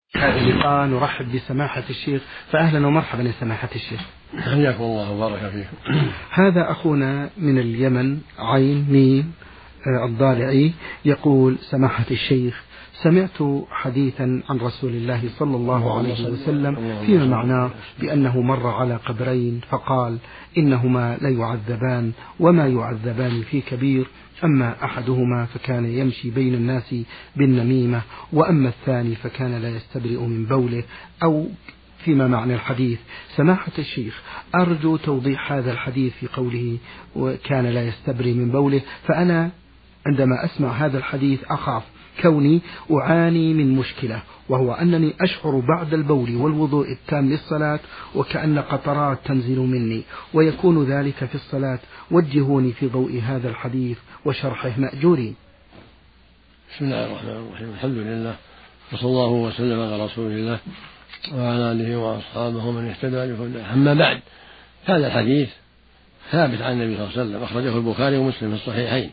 هذا اللقاء نرحب بسماحة الشيخ، فأهلا ومرحبا يا سماحة الشيخ. حياكم الله وبارك فيكم. هذا أخونا من اليمن عين ميم الضالعي يقول: سماحة الشيخ، سمعت حديثا عن رسول الله صلى الله عليه وسلم فيما معناه بأنه مر على قبرين فقال: إنهما ليعذبان وما يعذبان في كبير، أما أحدهما فكان يمشي بين الناس بالنميمة، وأما الثاني فكان لا يستبرئ من بوله، أو فيما معنى الحديث. سماحة الشيخ، أرجو توضيح هذا الحديث في قوله وكان لا يستبرئ من بوله، فأنا عندما أسمع هذا الحديث أخاف كوني أعاني من مشكلة، وهو أنني أشعر بعد البول والوضوء التام للصلاة وكأن قطرات تنزل مني، ويكون ذلك في الصلاة. وجهوني في ضوء هذا الحديث وشرحه مأجورين. بسم الله الرحمن الرحيم. الحمد لله، وصلى الله وسلم على رسول الله وعلى آله وأصحابه ومن اهتدى بهداه. أما بعد، هذا الحديث ثابت عن النبي صلى الله عليه وسلم، أخرجه البخاري ومسلم في الصحيحين.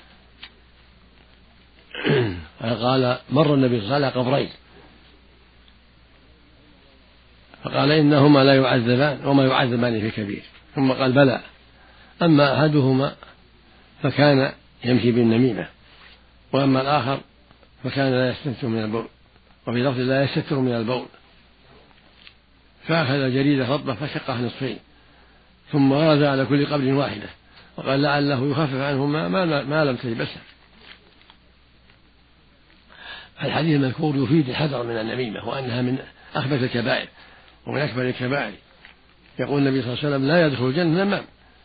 قال: مر النبي صلى الله عليه وسلم على قبرين فقال: إنهما لا يعذبان وما يعذبان في كبير، ثم قال: بلى، أما أحدهما فكان يمشي بالنميمة، وأما الآخر فكان لا يستتر من البول، وفي لفظ لا يستتر من البول. فأخذ جريدة رطبة فشقها نصفين، ثم غرز على كل قبر واحدة، وقال لعله يخفف عنهما ما لم تلبسه. الحديث المذكور يفيد الحذر من النميمة، وأنها من أخبث الكبائر ومن أكبر الكبائر. يقول النبي صلى الله عليه وسلم: لا يدخل الجنة نمام.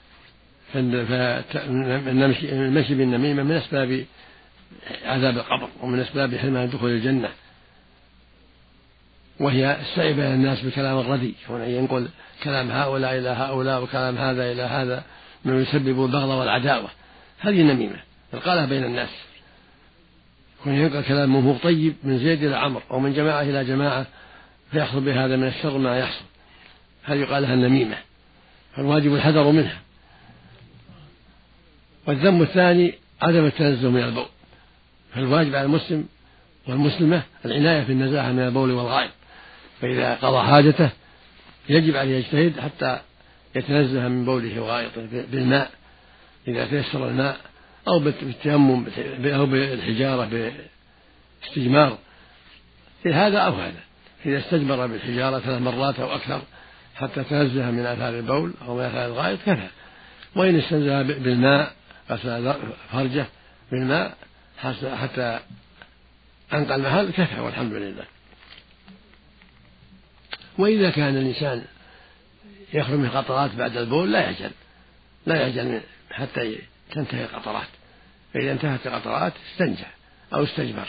فالمشي بالنميمة من أسباب عذاب القبر ومن أسباب حرمان دخول الجنة، وهي السعي بين الناس بالكلام الرديء، ينقل كلام هؤلاء إلى هؤلاء وكلام هذا إلى هذا من يسبب البغض والعداوة. هذه النميمة القالة بين الناس، ينقل كلام مو طيب من زيد إلى عمرو أو من جماعة إلى جماعة، فيحصل بهذا من الشر ما يحصل. هذه يقال لها النميمة، فالواجب الحذر منها. والذنب الثاني عدم التنزه من البول، فالواجب على المسلم والمسلمة العناية في النزاهة من البول والغائط، فإذا قضى حاجته يجب عليه يجتهد حتى يتنزه من بوله وغائطه بالماء إذا تيسر الماء، أو بالتيمم أو بالحجارة باستجمار، في هذا أو هذا. إذا استجمر بالحجارة 3 مرات أو أكثر حتى تنزه من آثار البول أو من آثار الغائط كفى. وإن استنزه بالماء غسل فرجه بالماء حتى أنقى المحل كفى، والحمد لله. وإذا كان الإنسان يخرج من قطرات بعد البول لا يعجل حتى تنتهي القطرات، فإذا انتهت القطرات استنجى أو استجمر.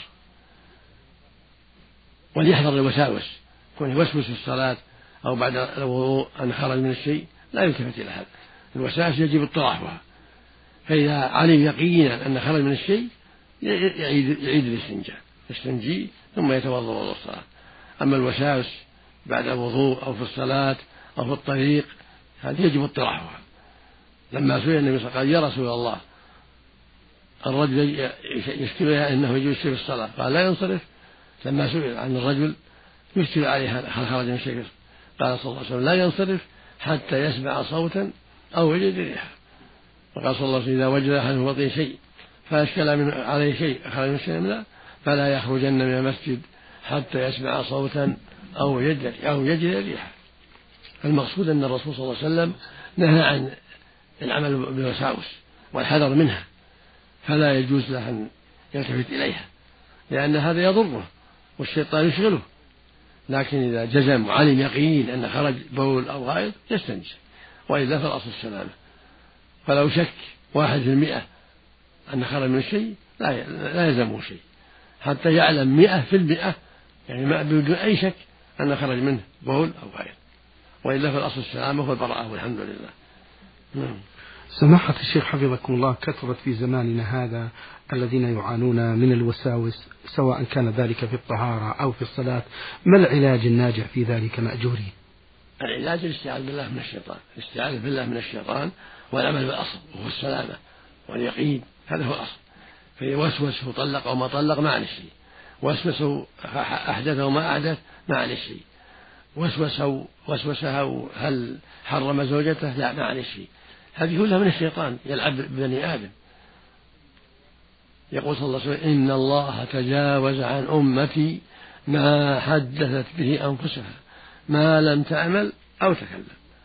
وليحذر الوساوس، يكون يوسوس في الصلاة أو بعد الوضوء أن خرج من الشيء، لا يلتفت إلى هذا. الوساوس يجب اطراحها، فإذا علم يقينا أن خرج من الشيء يعيد الاستنجاء، يستنجي ثم يتوضأ وضوء الصلاة. أما الوساوس بعد الوضوء أو في الصلاة أو في الطريق هذه يجب اطراحها. لما سئل النبي صلى الله عليه وسلم: يا رسول الله، الرجل يشكل أنه يجوز في الصلاة، قال: لا ينصرف. لما سئل عن الرجل يشكل عليه هل خرج من شيء، قال صلى الله عليه وسلم: لا ينصرف حتى يسمع صوتا أو يجد ريحا. وقال صلى الله عليه وسلم: إذا وجد أحد بطن شيء فأشكل عليه شيء خرج من شيء لا فلا يخرجن من المسجد حتى يسمع صوتا أو يجد ريحا. المقصود أن الرسول صلى الله عليه وسلم نهى عن العمل بالوساوس والحذر منها، فلا يجوز له أن يلتفت إليها، لأن هذا يضره والشيطان يشغله. لكن إذا جزم وعلم يقين أن خرج بول أو غائط يستنجي، وإلا فالأصل السلامة. فلو شك 1% أن خرج من الشيء لا يلزمه شيء حتى يعلم 100%، يعني ما بدون أي شك أن خرج منه بول أو غائط، وإلا فالأصل السلامة والبراءة والحمد لله. سماحة الشيخ حفظكم الله، كثرت في زماننا هذا الذين يعانون من الوساوس، سواء كان ذلك في الطهارة أو في الصلاة. ما العلاج الناجع في ذلك مأجورين؟ العلاج الاستعاذة بالله من الشيطان، الاستعاذة بالله من الشيطان والعمل بالأصل وهو السلامة واليقين، هذا هو الأصل. فيوسوس وطلق أو ما طلق معنى الشيء، وسوسوا أحدثوا ما أحدث ما عليه شيء، وسوسها هل حرم زوجته لا ما عليه شيء. هذه كلها من الشيطان يلعب ببني آدم. يقول صلى الله عليه وسلم إن الله تجاوز عن أمتي ما حدثت به أنفسها ما لم تعمل أو تكلم.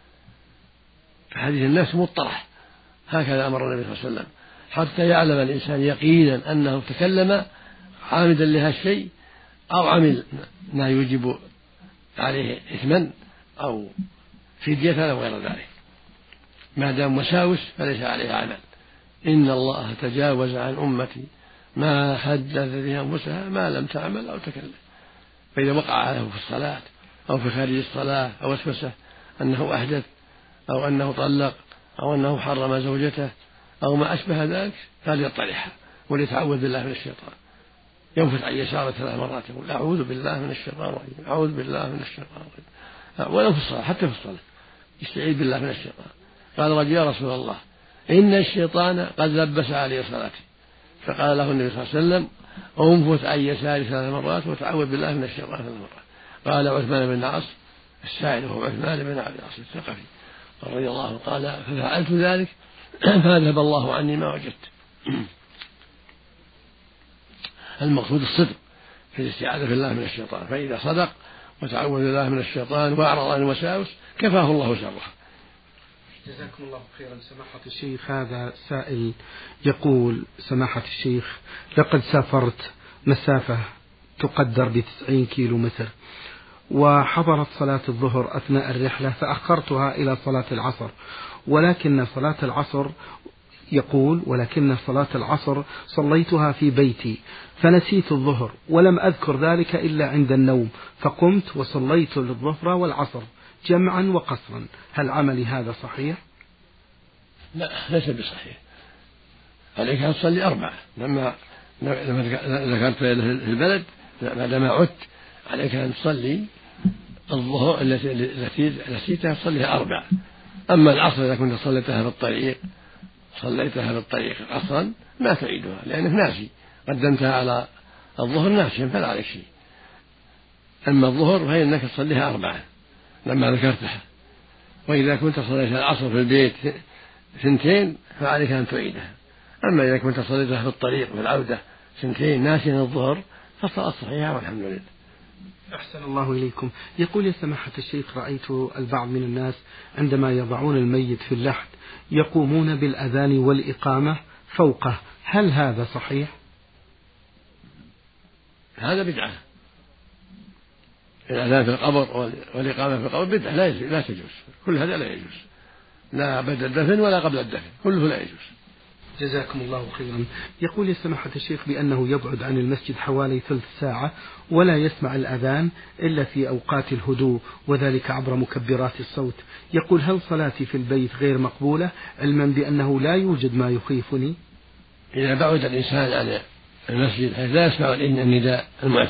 فهذه النفس مضطرح، هكذا أمر النبي صلى الله عليه وسلم، حتى يعلم الإنسان يقينا أنه تكلم عامدا لها الشيء أو عمل ما يوجب عليه إثما أو فدية أو غير ذلك. ما دام وساوس فليس عليه عمل. إن الله تجاوز عن أمتي ما حدث به أنفسها ما لم تعمل أو تكلم. فإذا وقع له في الصلاة أو في خارج الصلاة أو وسوسه أنه أحدث أو أنه طلق أو أنه حرم زوجته أو ما أشبه ذلك فليطرحها وليتعوذ بالله من الشيطان. ينفث عن يساره 3 مرات يقول أعوذ بالله من الشيطان الرجيم، أعوذ بالله من الشيطان الرجيم، ولو في الصلاة حتى في الصلاة يستعيذ بالله من الشيطان. قال رجل يا رسول الله إن الشيطان قد لبس علي صلاتي، فقال له النبي صلى الله عليه وسلم انفث عن يساره 3 مرات وتعوذ بالله من الشيطان 3 مرات. قال عثمان بن العاص السائل هو عثمان بن عبد العاص الثقفي رضي الله عنه قال ففعلت ذلك فأذهب الله عني ما وجدت. المقصود الصدق في الاستعاذة بالله من الشيطان، فإذا صدق وتعوذ بالله من الشيطان وأعرض عن الوساوس كفاه الله شرها. جزاكم الله خيرا سماحة الشيخ. هذا سائل يقول سماحة الشيخ لقد سافرت مسافة تقدر ب90 كيلو متر وحضرت صلاة الظهر أثناء الرحلة فأخرتها إلى صلاة العصر، ولكن صلاة العصر صليتها في بيتي فنسيت الظهر ولم أذكر ذلك إلا عند النوم، فقمت وصليت الظهر والعصر جمعا وقصرا، هل عملي هذا صحيح؟ لا ليس بصحيح، عليك أن تصلي 4 لما ذكرت في البلد بعدما عدت عليك أن تصلي الظهر التي نسيتها تصليها 4. أما العصر إذا كنت صليتها في الطريق عصرا ما تعيدها لأنك ناسي، قدمتها على الظهر ناسيا فلا عليك شيء. أما الظهر فإنك تصليها 4 لما ذكرتها، وإذا كنت صليتها العصر في البيت 2 فعليك أن تعيدها. أما إذا كنت صليتها في الطريق في العودة 2 ناسيا الظهر فالصلاة صحيحة والحمد لله. أحسن الله إليكم. يقول يا سماحة الشيخ رأيت البعض من الناس عندما يضعون الميت في اللحد يقومون بالأذان والإقامة فوقه، هل هذا صحيح؟ هذا بدعة. الأذان في القبر والإقامة في القبر بدعة لا تجوز، كل هذا لا يجوز، لا بعد الدفن ولا قبل الدفن، كله لا يجوز. جزاكم الله خيرا. يقول يا سماحة الشيخ بأنه يبعد عن المسجد حوالي 3 ساعة ولا يسمع الأذان إلا في أوقات الهدوء وذلك عبر مكبرات الصوت. يقول هل صلاتي في البيت غير مقبولة علما بأنه لا يوجد ما يخيفني؟ إذا بعد الإنسان عن المسجد حيث لا يسمع النداء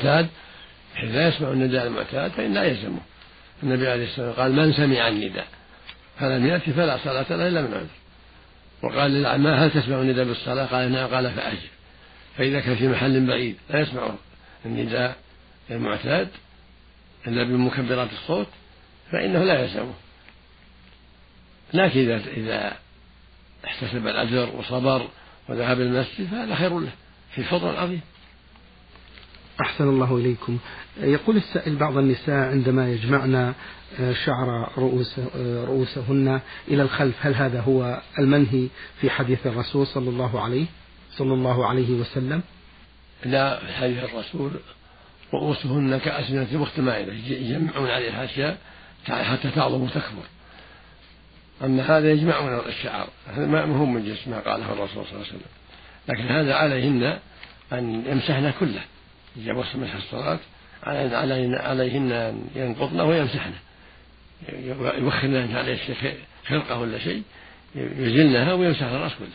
المعتاد فإن لا يلزمه. النبي عليه الصلاة والسلام قال من سمع النداء فلم يأتي فلا صلاة له إلا من عذر. وقال للأعمى هل تسمع النداء بالصلاة؟ قال نعم، قال فأجب. فإذا كان في محل بعيد لا يسمع النداء المعتاد إلا بمكبرات الصوت فإنه لا يلزمه، لكن إذا احتسب الأجر وصبر وذهب المسجد فهذا خير له في فضل عظيم. أحسن الله إليكم. يقول السائل بعض النساء عندما يجمعن شعر رؤوسهن إلى الخلف هل هذا هو المنهي في حديث الرسول صلى الله عليه وسلم؟ لا، في حديث الرسول رؤوسهن كأسنمة البخت مائلة، يجمعون عليها أشياء حتى تعظم وتكبر. أما هذا يجمعون الشعر ما هو من جنس ما قاله الرسول صلى الله عليه وسلم، لكن هذا عليهن أن يمسحن كله. إذا وصل مسح الصلاة عليهن أن ينقضنه ويمسحنه، يوخرن عليه خرقة ولا شيء يزلنها ويمسح الرأس كله.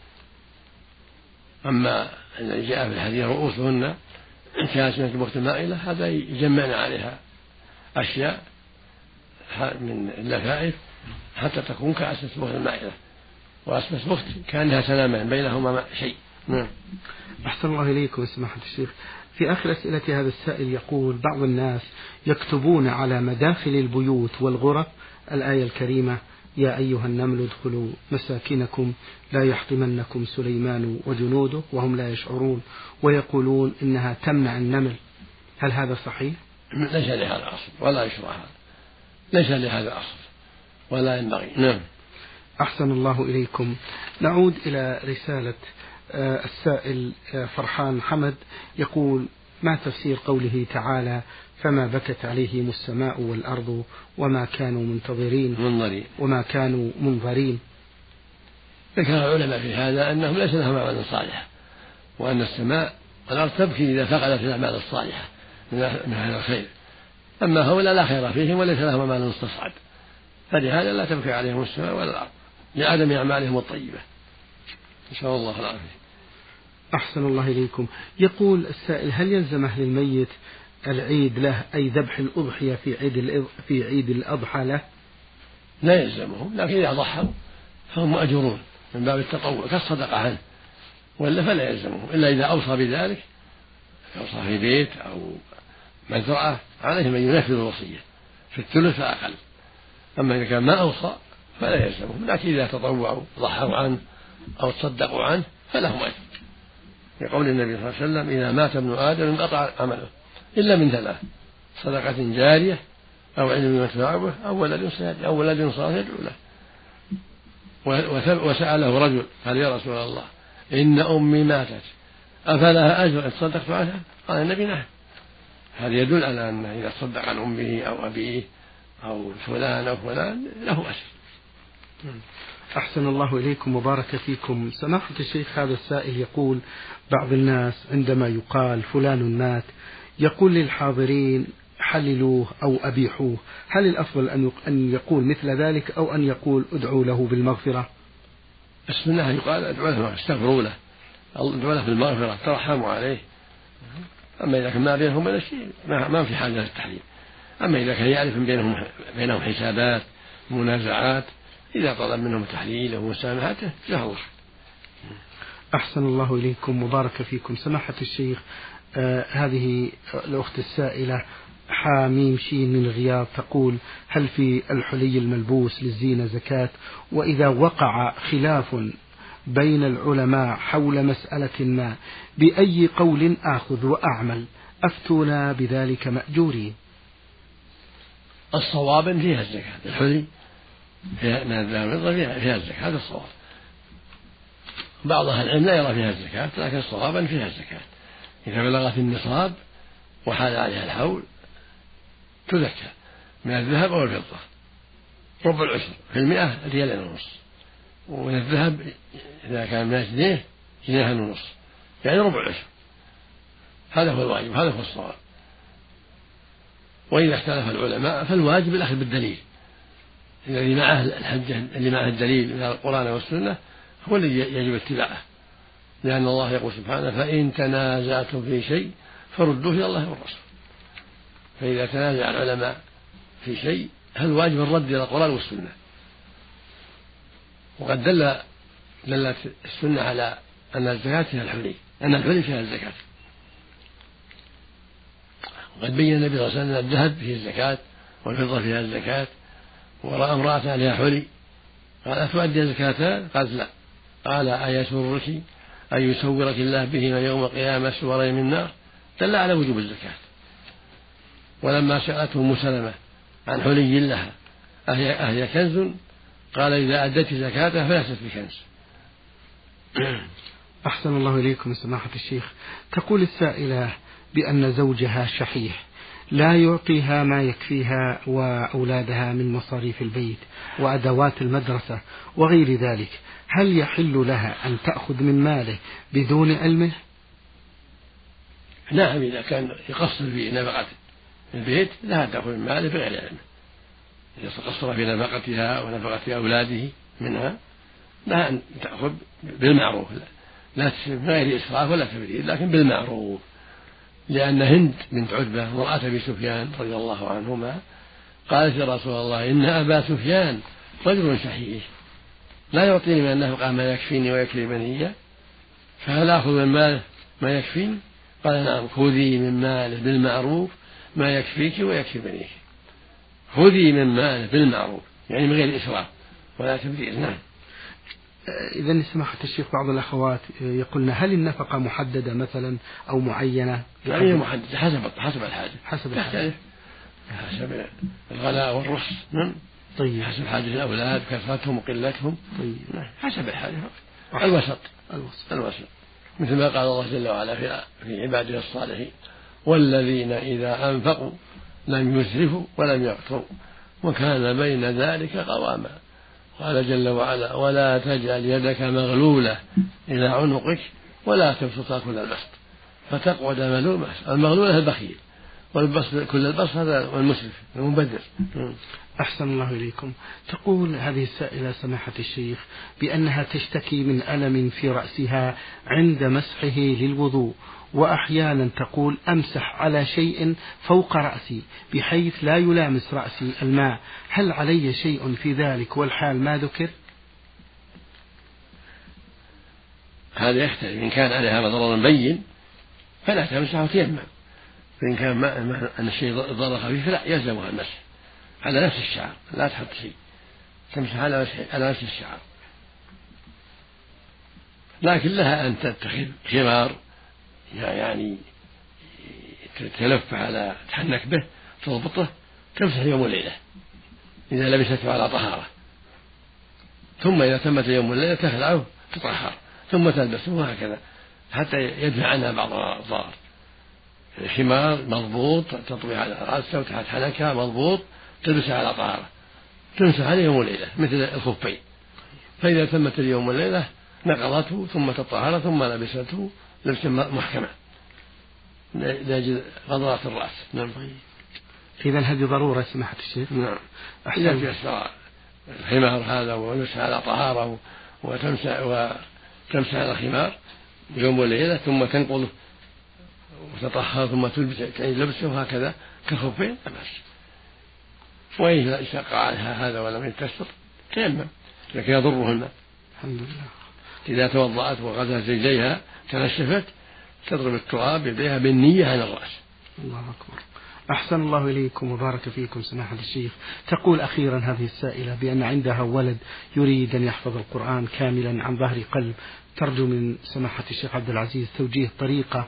أما الذي جاء في الحديث رؤوسهن كأسنمة البخت مائلة هذا يجمعن عليها أشياء من اللفائف حتى تكون كأسنمة البخت المائلة، وأسنمة البخت كأنها سلامان بينهما شيء. أحسن الله إليكم سماحة الشيخ. في آخر أسئلة هذا السائل يقول: بعض الناس يكتبون على مداخل البيوت والغرف الآية الكريمة: يا أيها النمل ادخلوا مساكنكم لا يحطمنكم سليمان وجنوده وهم لا يشعرون، ويقولون إنها تمنع النمل، هل هذا صحيح؟ ليس لهذا أصل ولا يشرع هذا، ليس لهذا أصل ولا ينبغي. نعم. أحسن الله إليكم. نعود إلى رسالة السائل فرحان حمد، يقول: ما تفسير قوله تعالى: فما بكت عليهم السماء والأرض وما كانوا وما كانوا منظرين؟ ذكر العلماء في هذا أنهم ليس لهم أعمال صالحة، وأن السماء والأرض تبكي إذا فقدت الأعمال الصالحة من هذا الخير، أما هؤلاء لا خير فيهم وليس لهم أعمال تصعد، فلهذا لا تبكي عليهم السماء ولا الأرض لعدم أعمالهم الطيبة. نسأل الله العافية. أحسن الله إليكم. يقول السائل: هل يلزم أهل الميت العيد له، أي ذبح الأضحية في عيد الأضحى له؟ لا يلزمهم، لكن إذا ضحوا فهم مأجورون من باب التطوع كالصدقة عنه، وإلا فلا يلزمهم إلا إذا أوصى بذلك، أوصى في بيت أو مزرعة عليهم أن ينفذ الوصية في الثلث فأقل. أما إذا كان ما أوصى فلا يلزمهم، لكن إذا تطوعوا ضحوا عنه أو تصدقوا عنه فلهم أجر، يقول النبي صلى الله عليه وسلم: إذا مات ابن آدم انقطع عمله إلا من ثلاث: صدقة جارية أو علم ينتفع به أو ولد صالح يدعو له. وسأله رجل قال: يا رسول الله إن أمي ماتت أفلها أجر إن صدقت عنها؟ قال النبي: نعم. هذا يدل على أن إذا صدق عن أمه أو أبيه أو فلان أو فلان له أجر. أحسن الله إليكم وبارك فيكم. سماحة الشيخ، هذا السائل يقول: بعض الناس عندما يقال فلان مات يقول للحاضرين حللوه أو أبيحوه، هل الأفضل أن يقول مثل ذلك أو أن يقول ادعوا له بالمغفرة؟ السنة يقال ادعوا له، استغفروا له، ادعوا له بالمغفرة، ترحموا عليه. أما إذا كان ما بينهم ولا شيء ما في حاجة للتحليل. أما إذا كان يعرف بينهم حسابات منازعات، إذا طلب منهم تحليله ومسامحته له وقت. أحسن الله إليكم وبارك فيكم. سماحة الشيخ، هذه الأخت السائلة حاميم شين من الغياب تقول: هل في الحلي الملبوس للزينة زكاة؟ وإذا وقع خلاف بين العلماء حول مسألة ما بأي قول آخذ وأعمل؟ أفتونا بذلك مأجورين. الصواب فيها الزكاة، الحلي فيها الزكاة، هذا الصواب. بعض أهل العلم لا يرى فيها الزكاة، لكن الصواب فيها الزكاة. إذا بلغت النصاب وحال عليها الحول تزكى من الذهب أو الفضة، ربع العشر في 100 ريال ونص، ومن الذهب إذا كان 100 جنيه جنيها ونص، يعني ربع العشر. هذا هو الواجب، هذا هو الصواب. وإذا اختلف العلماء فالواجب الأخذ بالدليل، الذي معه الحجة اللي معه الدليل من القرآن والسنة هو الذي يجب اتباعه، لأن الله يقول سبحانه: فإن تنازعتم في شيء فردوه إلى الله والرسول. فإذا تنازع العلماء في شيء فالواجب الرد إلى القرآن والسنة. وقد دلت السنة على أن الزكاة فيها الحلي، أن الحلي فيها الزكاة. وقد بين النبي صلى الله عليه وسلم أن الذهب فيه الزكاة والفضة فيها الزكاة. ورأى امرأة عليها حلي قال: أتؤدي زكاتها؟ قالت: لا. قال: أيسرك أن يسورك الله بهما يوم القيامة سورين من النار؟ دل على وجوب الزكاة. ولما سألته أم سلمة عن حلي لها أهي كنز؟ قال: إذا أدت زكاتها فليست بكنز. أحسن الله إليكم سماحة الشيخ. تقول السائلة بأن زوجها شحيح لا يعطيها ما يكفيها وأولادها من مصاريف البيت وأدوات المدرسة وغير ذلك، هل يحل لها أن تأخذ من ماله بدون علمه؟ نعم، إذا كان يقصر في نفقة البيت لا تأخذ من ماله بغير علمه. إذا قصر في نفقتها ونفقة أولاده منها لا أن تأخذ بالمعروف، لا بغير إسراف ولا تبذير، لكن بالمعروف. لأن هند بنت عتبة امرأة أبي سفيان رضي الله عنهما قالت: يا رسول الله إن أبا سفيان رجل شحيح لا يعطيني من النفقة ما يكفيني ويكفي بني، فهل آخذ من ماله ما يكفيني قال نعم خذي من ماله بالمعروف ما يكفيك ويكفي بنيك. خذي من ماله بالمعروف يعني من غير إسراف ولا تبذير. نعم. إذا سماحة الشيخ بعض الأخوات يقولن هل النفقة محددة مثلا أو معينة؟ يعني محددة حسب الحاجة، حسب الحاجة، حسب الغلاء والرخص. نعم. طيب. حسب حاجة الأولاد كثرتهم وقلتهم. طيب. حسب الحاجة. الوسط مثل ما قال الله جل وعلا في عباده الصالحين والذين إذا أنفقوا لم يسرفوا ولم يقتروا وكان بين ذلك قواما. قال جل وعلا ولا تجعل يدك مغلولة إلى عنقك ولا تبسطها كل البسط فتقعد ملوما. المغلولة البخيل والبسط كل البسط هذا المسرف المبذر. أحسن الله إليكم. تقول هذه السائلة سماحة الشيخ بأنها تشتكي من ألم في رأسها عند مسحه للوضوء، وأحيانا تقول أمسح على شيء فوق رأسي بحيث لا يلامس رأسي الماء، هل علي شيء في ذلك والحال ما ذكر؟ هذا يختلف. إن كان عليها ضرر بين فلا تمسح وتيمم، فإن كان ما أن الشيء ضرر خفيف لا يلزمها المسح على نفس الشعر، لا تحط شيء، تمسح على نفس الشعر. لكن لها أن تتخذ خمار يعني تلف على تحنك به تضبطه تمسح يوم وليلة إذا لبسته على طهارة، ثم إذا تمت يوم وليلة تخلعه تطهر ثم تلبسه وهكذا حتى يدفع عنها بعض الضرر. الخمار مضبوط تطوي على رأسه وتحت حنكها مضبوط تلبسه على طهارة تمسح عليه يوم وليلة مثل الخفين، فإذا تمت اليوم والليلة نقضته ثم تطهر ثم لبسته لبسا محكمة لأجل غضرات الرأس. نعم. إذا هذه ضرورة سماحة الشيخ. نعم. إذا تيسر الخمار هذا ولبس على طهارة وتمسح على الخمار يوم وليلة ثم تنقضه وتطهر ثم تعيد لبسه وهكذا كالخفين لا بأس. وإذا شق عنها هذا ولم يتسر تيمم لكن يضره الماء. الحمد لله. إذا توضأت وغسلت رجليها تنشفت تضرب التراب يديها بالنية على الرأس. الله أكبر. أحسن الله إليكم وبارك فيكم سماحة الشيخ. تقول أخيرا هذه السائلة بأن عندها ولد يريد أن يحفظ القرآن كاملا عن ظهر قلب، ترجو من سماحة الشيخ عبد العزيز توجيه طريقة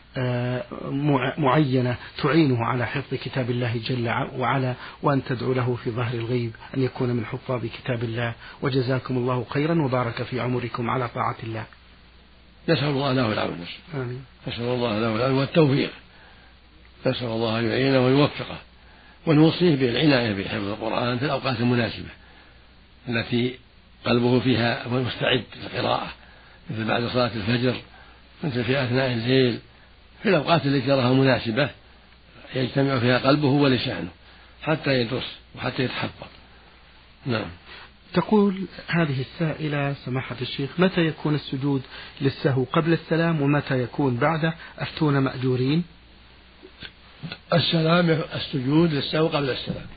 معينة تعينه على حفظ كتاب الله جل وعلا، وأن تدعو له في ظهر الغيب أن يكون من حفاظ كتاب الله، وجزاكم الله خيرا وبارك في عمركم على طاعة الله. نسأل الله له العون. آمين. نسأل الله له العون والتوفيق، نسأل الله أن يعينه ويوفقه، ونوصيه بالعناية بحفظ القرآن في الأوقات المناسبة التي قلبه فيها مستعد للقراءة، مثل بعد صلاة الفجر، مثل في أثناء الليل، في الأوقات التي تراها مناسبة يجتمع فيها قلبه ولسانه حتى يدرس وحتى يتحفظ. نعم. تقول هذه السائلة سماحة الشيخ متى يكون السجود للسهو قبل السلام ومتى يكون بعده؟ أفتون مأجورين. السجود للسهو قبل السلام.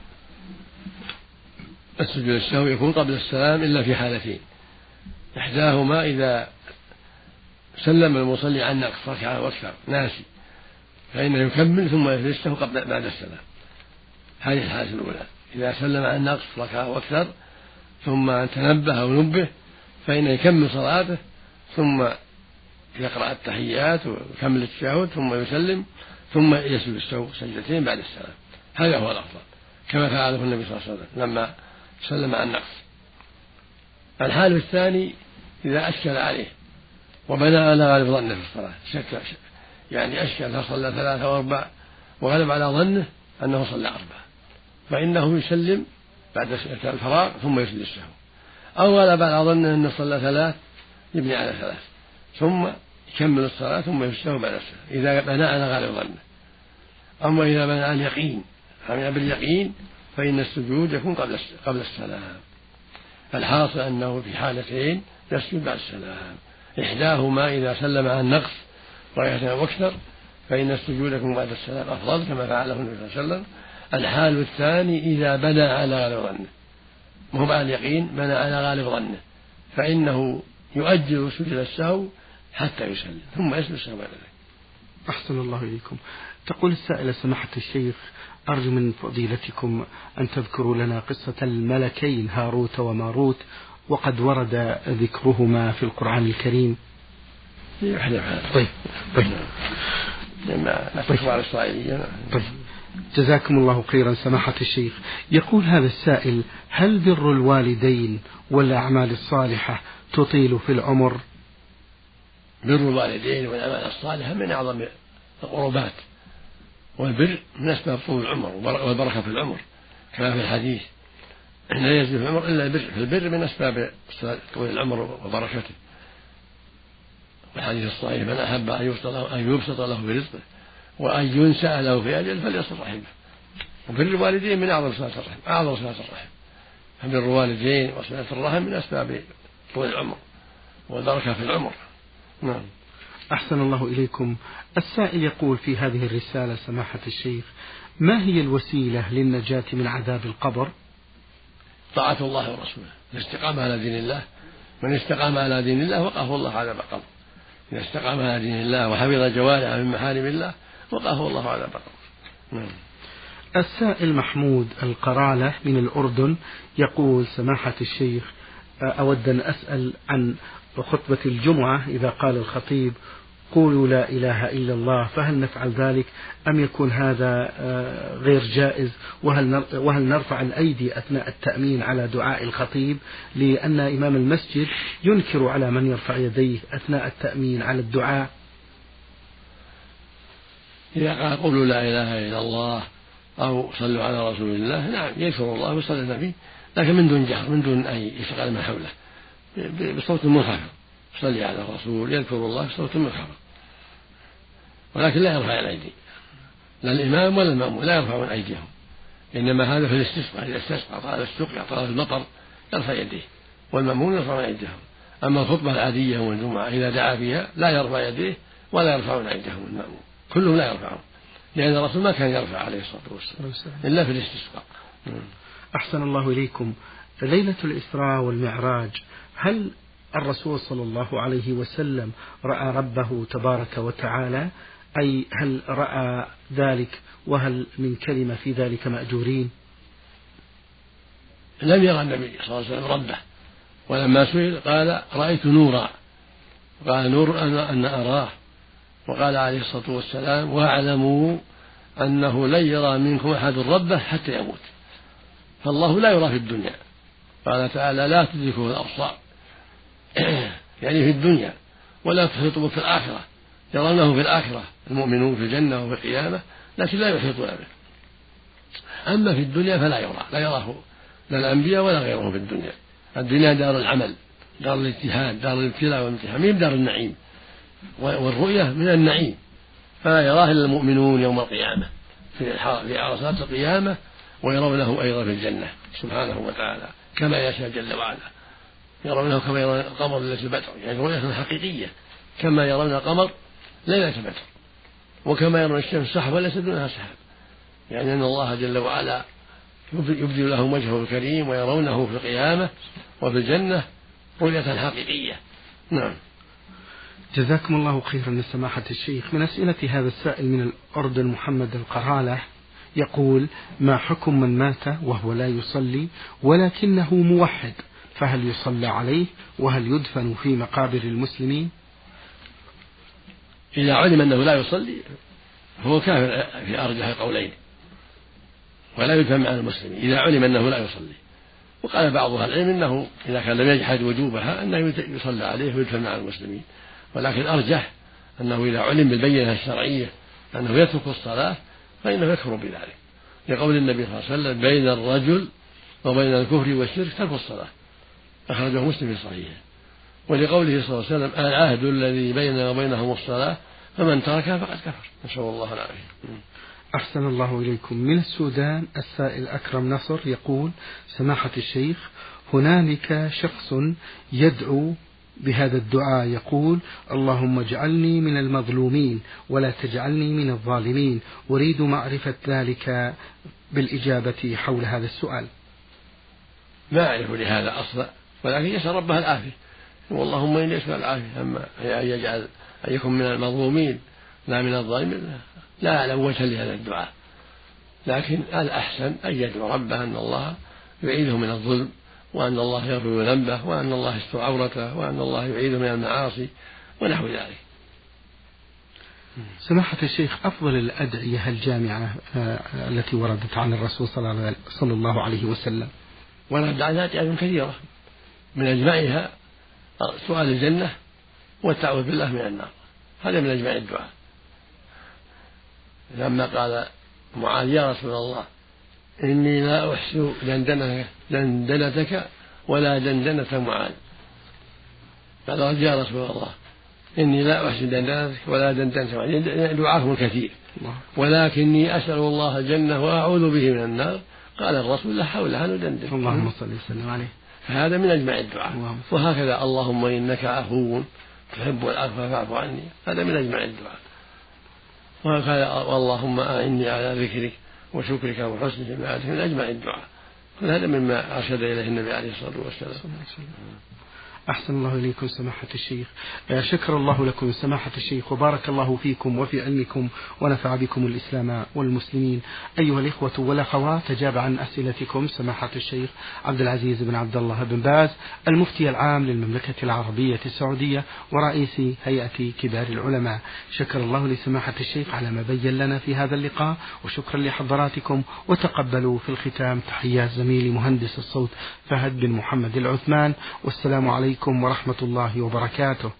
السجود للسهو يكون قبل السلام إلا في حالتين، إحداهما إذا سلم المصلي عن نقص ركعة واكثر ناسي فإنه يكمل ثم يجلسه بعد السلام. هذه الحالة الأولى، إذا سلم عن نقص ركعة واكثر ثم تنبه أو نبه فإنه يكمل صلاته ثم يقرأ التحيات ويكمل التشهد ثم يسلم ثم يسجد السهو سجدتين بعد السلام. هذا هو الأفضل كما فعله النبي صلى الله عليه وسلم لما سلم عن نقص. الحال الثاني إذا أشكل عليه وبنى على غالب ظنه في الصلاة، شك يعني أشكل فصلى 3 و4 وغلب على ظنه أنه صلى 4، فإنه يسلم بعد الفراغ ثم يسجد السهو، أو غلب على ظنه أنه صلى 3 يبني على 3 ثم يكمل الصلاة ثم يسجد بعد السهو إذا بنى على غالب ظنه. أما إذا بنى على اليقين عمل باليقين فإن السجود يكون قبل السلام. الحاصل أنه في حالتين يسجد بعد السلام، إحداهما إذا سلم عن نقص ركعة واكثر فإن السجود يكون بعد السلام أفضل كما فعله النبي صلى الله عليه وسلم. الحال الثاني إذا بنى على غالب ظنه، وهو على اليقين بنى على غالب ظنه، فإنه يؤجل سجود السهو حتى يسلم ثم يسجد السهو بعد ذلك. أحسن الله إليكم. تقول السائلة: سماحة الشيخ، أرجو من فضيلتكم أن تذكروا لنا قصة الملكين هاروت وماروت، وقد ورد ذكرهما في القرآن الكريم. طيب. طيب. جزاكم الله خيرا سماحة الشيخ. يقول هذا السائل: هل بر الوالدين والأعمال الصالحة تطيل في العمر؟ بر الوالدين والأعمال الصالحة من أعظم القربات، والبر من أسباب طول العمر والبركة في العمر، كما في الحديث: لا يزيد في العمر إلا البر. فالبر من أسباب طول العمر وبركته. والحديث الصحيح: من أحب أن يبسط له في رزقه وأن ينسأ له في أجله فليصل رحمه. وبر الوالدين من أعظم صلة الرحم، أعظم صلة الرحم. فبر الوالدين وصلة الرحم من أسباب طول العمر والبركة في العمر. نعم. أحسن الله إليكم. السائل يقول في هذه الرسالة: سماحة الشيخ، ما هي الوسيلة للنجاة من عذاب القبر؟ طاعة الله ورسوله، الاستقامة على دين الله. من استقام على دين الله وقاه الله عذاب القبر. إذا استقام على دين الله وحفظ جوارحه من محارم الله وقاه الله عذاب القبر. السائل محمود القرالة من الأردن يقول: سماحة الشيخ، أود أن أسأل عن خطبة الجمعة إذا قال الخطيب: قولوا لا إله إلا الله، فهل نفعل ذلك أم يكون هذا غير جائز؟ وهل نرفع الأيدي أثناء التأمين على دعاء الخطيب؟ لأن إمام المسجد ينكر على من يرفع يديه أثناء التأمين على الدعاء. إذا قال قولوا لا إله إلا الله أو صلوا على رسول الله، نعم يذكر الله ويصلي النبي، لكن من دون جهر، من دون أن يشغل من حوله، بصوت منخفض. صلي على الرسول، يذكر الله بصوت منخفض، ولكن لا يرفع الأيدي، لا الإمام ولا المأمون لا يرفعون أيديهم، إنما هذا في الاستسقاء. إذا استسقى طال السقيا طال المطر يرفع يديه، والمأمون يرفعون أيديهم. أما الخطبة العادية يوم الجمعة إذا دعا فيها لا يرفع يديه ولا يرفعون أيديهم المأمون، كلهم لا يرفعون، لأن الرسول ما كان يرفع عليه الصلاة والسلام إلا في الاستسقاء. أحسن الله إليكم. ليلة الإسراء والمعراج، هل الرسول صلى الله عليه وسلم رأى ربه تبارك وتعالى؟ أي هل رأى ذلك؟ وهل من كلمة في ذلك مأجورين؟ لم يرى النبي صلى الله عليه وسلم ربه، ولما سئل قال: رأيت نورا، قال: نور أن أراه. وقال عليه الصلاة والسلام: واعلموا أنه لن يرى منكم أحد ربه حتى يموت. فالله لا يرى في الدنيا، قال تعالى: لا تدركه الأبصار، يعني في الدنيا، ولا تحيط به في الآخرة. يرونه في الآخرة المؤمنون في الجنة وفي القيامة، لكن لا يحيطون به. أما في الدنيا فلا يرى، لا يراه لا الأنبياء ولا غيرهم في الدنيا. الدنيا دار العمل، دار الاجتهاد، دار الابتلاء والامتحان، من دار النعيم، والرؤية من النعيم، فلا يراه إلا المؤمنون يوم القيامة في عرصات القيامة، ويرونه أيضا في الجنة سبحانه وتعالى كما يشاء جل وعلا. يرونه كما يرون القمر ليلة البدر، يعني رؤية حقيقية، كما يرون القمر ليلة البدر، وكما يرون الشمس سحبا ليس دونها سحاب، يعني أن الله جل وعلا يبدي لهم وجهه الكريم ويرونه في القيامة وفي الجنة رؤية حقيقية. نعم. جزاكم الله خيرا يا سماحة الشيخ. من أسئلة هذا السائل من الأردن محمد القرالة يقول: ما حكم من مات وهو لا يصلي ولكنه موحد، فهل يصلى عليه وهل يدفن في مقابر المسلمين؟ إذا علم أنه لا يصلي فهو كافر في أرجح القولين، ولا يدفن مع المسلمين إذا علم أنه لا يصلي. وقال بعض أهل العلم إنه إذا كان لم يجحد وجوبها أنه يصلى عليه ويدفن مع المسلمين، ولكن أرجح أنه إذا علم بالبينة الشرعية أنه يترك الصلاة فإنه يكفر بذلك، لقول النبي صلى الله عليه وسلم: بين الرجل وبين الكفر والشرك ترك الصلاة، أخرجه مسلم في صحيحه. ولقوله صلى الله عليه وسلم: العهد الذي بيننا وبينهم الصلاة فمن تركها فقد كفر. نسأل الله العافية. أحسن الله إليكم. من السودان السائل أكرم نصر يقول: سماحة الشيخ، هنالك شخص يدعو بهذا الدعاء يقول: اللهم اجعلني من المظلومين ولا تجعلني من الظالمين، أريد معرفة ذلك بالإجابة حول هذا السؤال. ما أعرف لهذا أصلا، ولكن يسأل ربها العافية، واللهم إني أسأل العافية. أما أن يكون من المظلومين لا من الظالمين لا أعلم وجها لهذا الدعاء، لكن الأحسن أن يدعو ربه أن الله يعيده من الظلم، وأن الله يغفر ذنبه، وأن الله يستر عورته، وأن الله يعيده من المعاصي ونحو ذلك. سماحة الشيخ، أفضل الأدعية الجامعة التي وردت عن الرسول صلى الله عليه وسلم؟ ورد عن أدعية كثيرة، من أجمعها سؤال الجنة والتعوذ بالله من النار، هذا من أجمع الدعاء. لما قال معاذ يا رسول الله إني لا أحسن دندنتك ولا دندنة معاذ، قال يا رسول الله إني لا أحسن دندنتك ولا دندنة معاذ، دعاءهم كثير، ولكني أسأل الله الجنة وأعوذ به من النار، قال الرسول لا حول ولا ندندن. اللهم صل وسلم عليه. فهذا من أجمع الدعاء. وهكذا اللهم إنك عفو تحب العفو فاعف عني، هذا من أجمع الدعاء. وهكذا واللهم أعني على ذكرك وشكرك وحسن عبادتك، من أجمع الدعاء. هذا مما أرشد إليه النبي عليه الصلاة والسلام. أحسن الله إليكم سماحة الشيخ، شكر الله لكم سماحة الشيخ، وبارك الله فيكم وفي علمكم، ونفع بكم الإسلام والمسلمين. أيها الإخوة والأخوات، تجاب عن أسئلتكم سماحة الشيخ عبد العزيز بن عبد الله بن باز، المفتي العام للمملكة العربية السعودية ورئيس هيئة كبار العلماء. شكر الله لسماحة الشيخ على ما بين لنا في هذا اللقاء، وشكرا لحضراتكم. وتقبلوا في الختام تحيات زميلي مهندس الصوت فهد بن محمد العثمان، والسلام عليكم ورحمة الله وبركاته.